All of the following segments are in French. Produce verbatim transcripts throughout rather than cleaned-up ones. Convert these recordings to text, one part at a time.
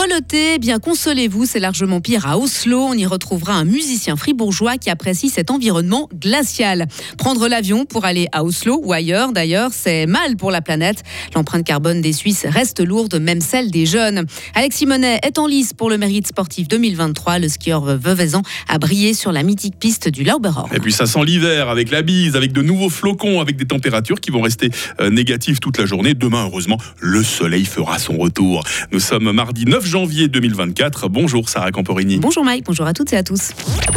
Grelotter, eh bien consolez-vous, c'est largement pire à Oslo. On y retrouvera un musicien fribourgeois qui apprécie cet environnement glacial. Prendre l'avion pour aller à Oslo ou ailleurs, d'ailleurs, c'est mal pour la planète. L'empreinte carbone des Suisses reste lourde, même celle des jeunes. Alexis Monet est en lice pour le mérite sportif deux mille vingt-trois. Le skieur veuvezan a brillé sur la mythique piste du Lauberhorn. Et puis ça sent l'hiver avec la bise, avec de nouveaux flocons, avec des températures qui vont rester euh, négatives toute la journée. Demain, heureusement, le soleil fera son retour. Nous sommes mardi neuf janvier deux mille vingt-quatre. Bonjour Sarah Camporini. Bonjour Mike, bonjour à toutes et à tous.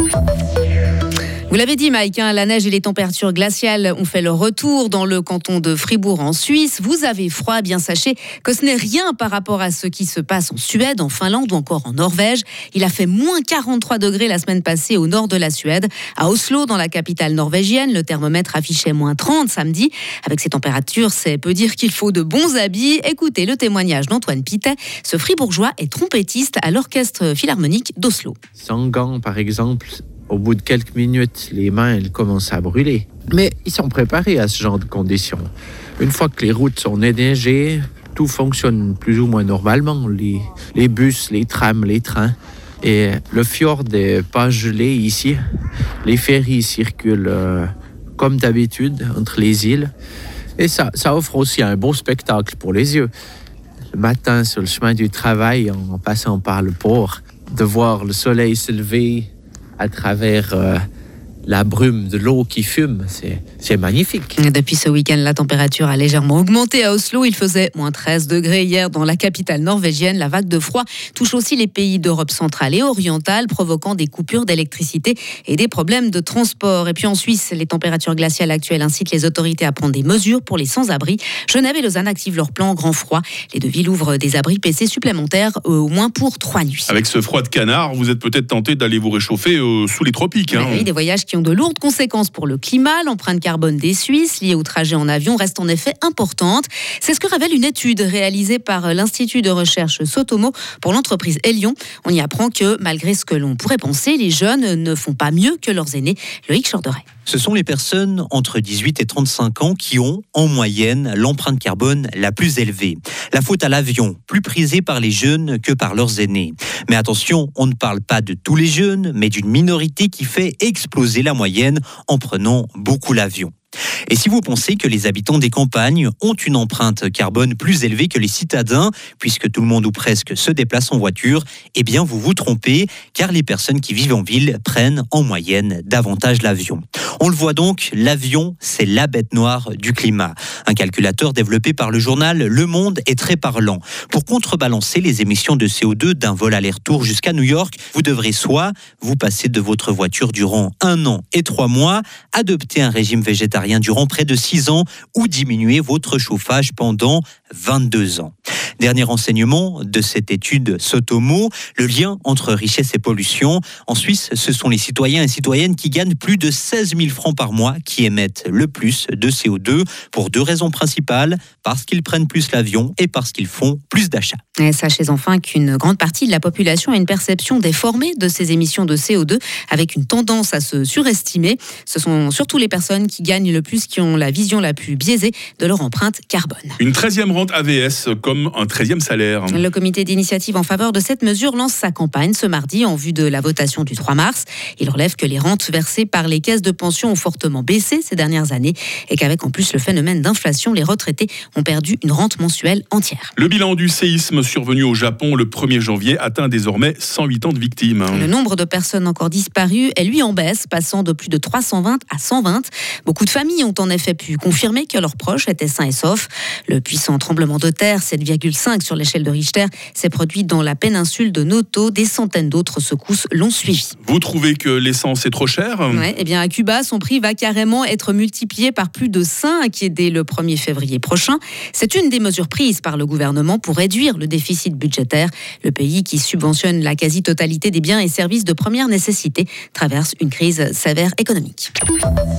Vous l'avez dit Mike, hein, la neige et les températures glaciales ont fait leur retour dans le canton de Fribourg en Suisse. Vous avez froid, bien sachez que ce n'est rien par rapport à ce qui se passe en Suède, en Finlande ou encore en Norvège. Il a fait moins quarante-trois degrés la semaine passée au nord de la Suède. À Oslo, dans la capitale norvégienne, le thermomètre affichait moins trente samedi. Avec ces températures, c'est peu dire qu'il faut de bons habits. Écoutez le témoignage d'Antoine Pitet. Ce fribourgeois est trompettiste à l'orchestre philharmonique d'Oslo. Sans gants, par exemple, au bout de quelques minutes, les mains elles commencent à brûler. Mais ils sont préparés à ce genre de conditions. Une fois que les routes sont enneigées, tout fonctionne plus ou moins normalement. Les, les bus, les trams, les trains. Et le fjord n'est pas gelé ici. Les ferries circulent euh, comme d'habitude entre les îles. Et ça, ça offre aussi un beau spectacle pour les yeux. Le matin, sur le chemin du travail, en passant par le port, de voir le soleil se lever à travers euh, la brume de l'eau qui fume, c'est, c'est magnifique. Depuis ce week-end, la température a légèrement augmenté à Oslo. Il faisait moins treize degrés hier dans la capitale norvégienne. La vague de froid touche aussi les pays d'Europe centrale et orientale, provoquant des coupures d'électricité et des problèmes de transport. Et puis en Suisse, les températures glaciales actuelles incitent les autorités à prendre des mesures pour les sans-abri. Genève et Lausanne activent leur plan grand froid. Les deux villes ouvrent des abris P C supplémentaires, euh, au moins pour trois nuits. Avec ce froid de canard, vous êtes peut-être tenté d'aller vous réchauffer euh, sous les tropiques. Hein. Oui, des voyages qui ont de lourdes conséquences pour le climat. L'empreinte carbone des Suisses liée au trajet en avion reste en effet importante. C'est ce que révèle une étude réalisée par l'Institut de recherche Sotomo pour l'entreprise Elion. On y apprend que malgré ce que l'on pourrait penser, les jeunes ne font pas mieux que leurs aînés. Loïc Chorderet. Ce sont les personnes entre dix-huit et trente-cinq ans qui ont, en moyenne, l'empreinte carbone la plus élevée. La faute à l'avion, plus prisé par les jeunes que par leurs aînés. Mais attention, on ne parle pas de tous les jeunes, mais d'une minorité qui fait exploser la moyenne en prenant beaucoup l'avion. Et si vous pensez que les habitants des campagnes ont une empreinte carbone plus élevée que les citadins, puisque tout le monde ou presque se déplace en voiture, eh bien vous vous trompez, car les personnes qui vivent en ville prennent en moyenne davantage l'avion. On le voit donc, l'avion, c'est la bête noire du climat. Un calculateur développé par le journal Le Monde est très parlant. Pour contrebalancer les émissions de C O deux d'un vol aller-retour jusqu'à New York, vous devrez soit vous passer de votre voiture durant un an et trois mois, adopter un régime végétarien durant près de six ans ou diminuer votre chauffage pendant vingt-deux ans. Dernier renseignement de cette étude Sotomo, le lien entre richesse et pollution. En Suisse, ce sont les citoyens et citoyennes qui gagnent plus de seize mille francs par mois qui émettent le plus de C O deux pour deux raisons principales, parce qu'ils prennent plus l'avion et parce qu'ils font plus d'achats. Et sachez enfin qu'une grande partie de la population a une perception déformée de ces émissions de C O deux, avec une tendance à se surestimer. Ce sont surtout les personnes qui gagnent le plus qui ont la vision la plus biaisée de leur empreinte carbone. Une treizième rente A V S comme un treizième salaire. Le comité d'initiative en faveur de cette mesure lance sa campagne ce mardi en vue de la votation du trois mars. Il relève que les rentes versées par les caisses de pension ont fortement baissé ces dernières années et qu'avec en plus le phénomène d'inflation, les retraités ont perdu une rente mensuelle entière. Le bilan du séisme survenu au Japon le premier janvier atteint désormais cent huit ans de victimes. Le nombre de personnes encore disparues est lui en baisse, passant de plus de trois cent vingt à cent vingt. Beaucoup de familles ont en effet pu confirmer que leurs proches étaient sains et saufs. Le puissant tremblement de terre, sept virgule cinq sur l'échelle de Richter, s'est produit dans la péninsule de Noto. Des centaines d'autres secousses l'ont suivi. Vous trouvez que l'essence est trop chère ? Ouais, eh bien à Cuba, son prix va carrément être multiplié par plus de cinq dès le premier février prochain. C'est une des mesures prises par le gouvernement pour réduire le déficit budgétaire. Le pays, qui subventionne la quasi-totalité des biens et services de première nécessité, traverse une crise sévère économique.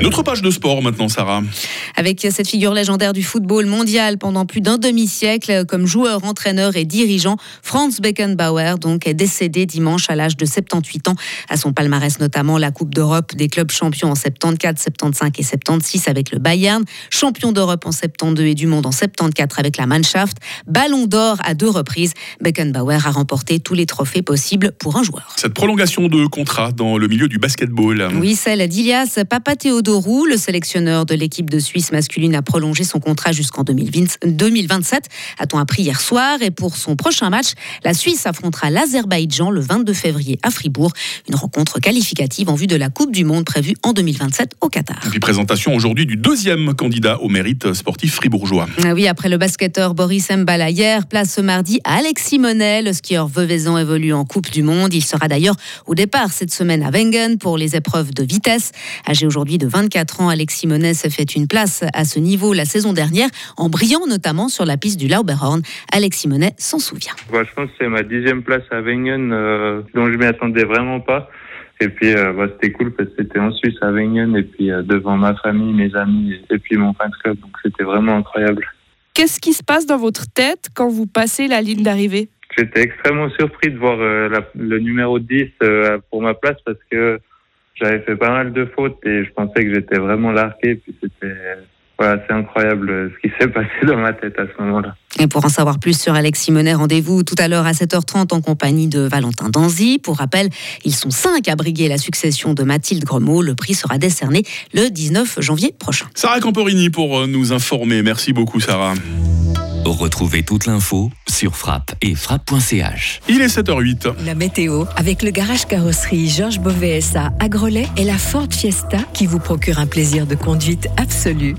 Notre page de sport maintenant, Sarah. Avec cette figure légendaire du football mondial pendant plus d'un demi-siècle, comme joueur, entraîneur et dirigeant, Franz Beckenbauer donc est décédé dimanche à l'âge de soixante-dix-huit ans. À son palmarès notamment la Coupe d'Europe des clubs champions en soixante-quatorze, soixante-quinze et soixante-seize avec le Bayern, champion d'Europe en soixante-douze et du monde en soixante-quatorze avec la Mannschaft, ballon d'or à deux reprises. Beckenbauer a remporté tous les trophées possibles pour un joueur. Cette prolongation de contrat dans le milieu du basketball. Oui, celle d'Ilias Papatheodorou, le sélectionneur de l'équipe de Suisse masculine, a prolongé son contrat jusqu'en deux mille vingt-sept, a-t-on appris hier soir. Et pour son prochain match, la Suisse affrontera l'Azerbaïdjan le vingt-deux février à Fribourg. Une rencontre qualificative en vue de la Coupe du Monde prévue en deux mille vingt-sept au Qatar. Et puis présentation aujourd'hui du deuxième candidat au mérite sportif fribourgeois. Ah oui, après le basketteur Boris Mbala hier, place ce mardi à Alexis Monet. Le skieur veuvezan évolue en Coupe du Monde. Il sera d'ailleurs au départ cette semaine à Wengen pour les épreuves de vitesse. Âgé aujourd'hui de vingt-quatre ans, Alexis Monet s'est fait une place à ce niveau la saison dernière, en brillant notamment sur la piste du Lauberhorn. Alexis Monet s'en souvient. Bah, je pense que c'est ma dixième place à Wengen, euh, dont je m'y attendais vraiment pas. Et puis euh, bah, c'était cool parce que c'était en Suisse à Wengen et puis euh, devant ma famille, mes amis et puis mon fan club. Donc c'était vraiment incroyable. Qu'est-ce qui se passe dans votre tête quand vous passez la ligne d'arrivée ? J'étais extrêmement surpris de voir euh, la, le numéro dix euh, pour ma place parce que j'avais fait pas mal de fautes et je pensais que j'étais vraiment largué. Puis c'était voilà, c'est incroyable ce qui s'est passé dans ma tête à ce moment-là. Et pour en savoir plus sur Alexis Monet, rendez-vous tout à l'heure à sept heures trente en compagnie de Valentin Danzy. Pour rappel, ils sont cinq à briguer la succession de Mathilde Gremaud. Le prix sera décerné le dix-neuf janvier prochain. Sarah Camporini pour nous informer. Merci beaucoup, Sarah. Retrouvez toute l'info sur Frappe et frappe point c h. Il est sept heures huit. La météo avec le garage carrosserie Georges Beauvais S A à Grelais et la Ford Fiesta qui vous procure un plaisir de conduite absolu.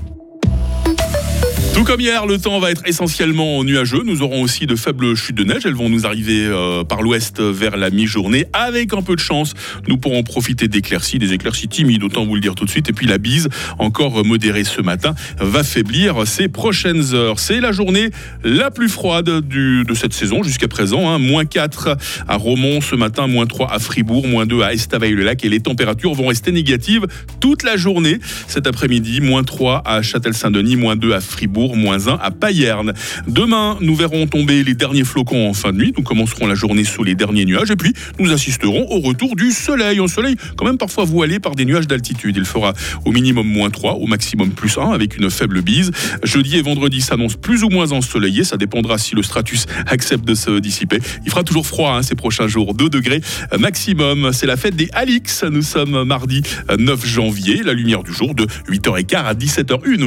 Tout comme hier, le temps va être essentiellement nuageux. Nous aurons aussi de faibles chutes de neige. Elles vont nous arriver euh, par l'ouest vers la mi-journée. Avec un peu de chance, nous pourrons profiter d'éclaircies, des éclaircies timides, autant vous le dire tout de suite. Et puis la bise, encore modérée ce matin, va faiblir ces prochaines heures. C'est la journée la plus froide du, de cette saison jusqu'à présent. Hein. moins quatre à Romont ce matin, moins trois à Fribourg, moins deux à Estavayer-le-Lac. Et les températures vont rester négatives toute la journée. Cet après-midi, moins trois à Châtel-Saint-Denis, moins deux à Fribourg, moins un à Payerne. Demain, nous verrons tomber les derniers flocons en fin de nuit. Nous commencerons la journée sous les derniers nuages et puis nous assisterons au retour du soleil. Un soleil quand même parfois voilé par des nuages d'altitude. Il fera au minimum moins trois, au maximum plus un avec une faible bise. Jeudi et vendredi s'annoncent plus ou moins ensoleillés. Ça dépendra si le stratus accepte de se dissiper. Il fera toujours froid hein, ces prochains jours. deux degrés maximum. C'est la fête des Alix. Nous sommes mardi neuf janvier. La lumière du jour de huit heures quinze à dix-sept heures une.